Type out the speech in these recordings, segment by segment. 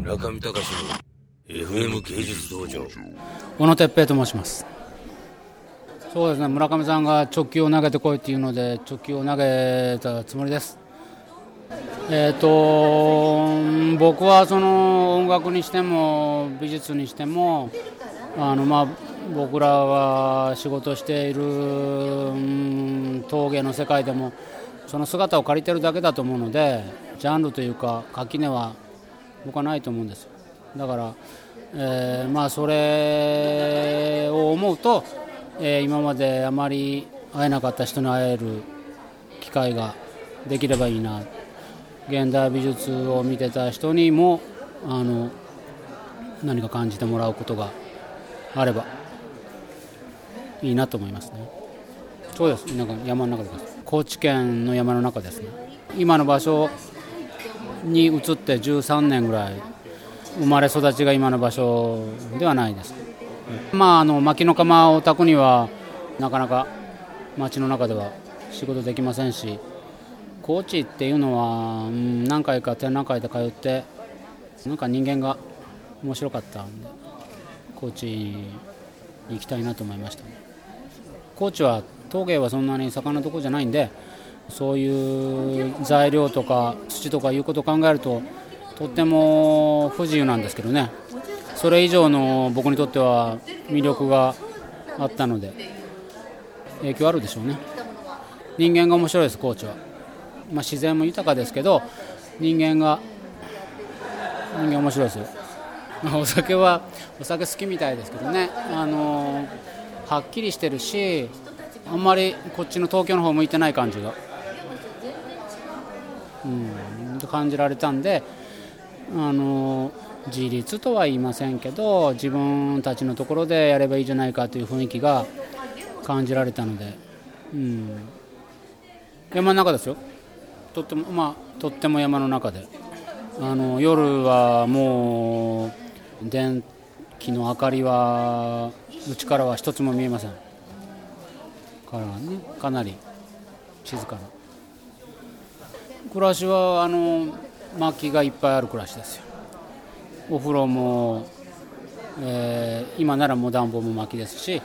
中見隆の FM 芸術道場。 小野哲平と申します。そうですね、村上さんが直球を投げてこいっていうので直球を投げたつもりです。僕はその音楽にしても美術にしても僕らが仕事している陶芸の世界でもその姿を借りてるだけだと思うので、ジャンルというか垣根は僕はないと思うんですよ。だから、それを思うと、今まであまり会えなかった人に会える機会ができればいいな。現代美術を見てた人にも何か感じてもらうことがあればいいなと思いますね。そうです。なんか山の中です。高知県の山の中ですね。今の場所に移って13年ぐらい、生まれ育ちが今の場所ではないです。薪の窯を炊くにはなかなか町の中では仕事できませんし、高知っていうのは何回か展覧会で通ってなんか人間が面白かったんで高知に行きたいなと思いました。高知は陶芸はそんなに盛んなところじゃないんで、そういう材料とか土とかいうことを考えるととっても不自由なんですけどね、それ以上の僕にとっては魅力があったので影響あるでしょうね。人間が面白いです。高知は自然も豊かですけど人間面白いですよ。お酒好きみたいですけどね、はっきりしてるし、あんまりこっちの東京の方向いてない感じが、感じられたんで、自立とは言いませんけど自分たちのところでやればいいじゃないかという雰囲気が感じられたので、山の中ですよ。とっても山の中で、夜はもう電気の明かりはうちからは一つも見えませんからね、かなり静かな暮らしは薪がいっぱいある暮らしですよ。お風呂も、今ならもう暖房も薪ですし、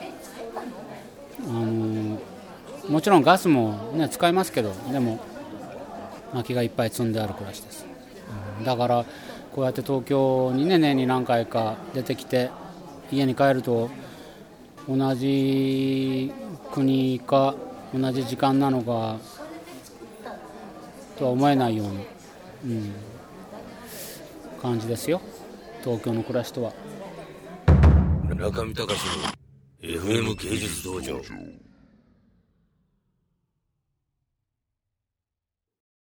もちろんガスも、使いますけど、でも薪がいっぱい積んである暮らしです。だからこうやって東京に年に何回か出てきて家に帰ると同じ国か同じ時間なのかとは思えないような、感じですよ、東京の暮らしとは。 中見隆の FM 芸術道場。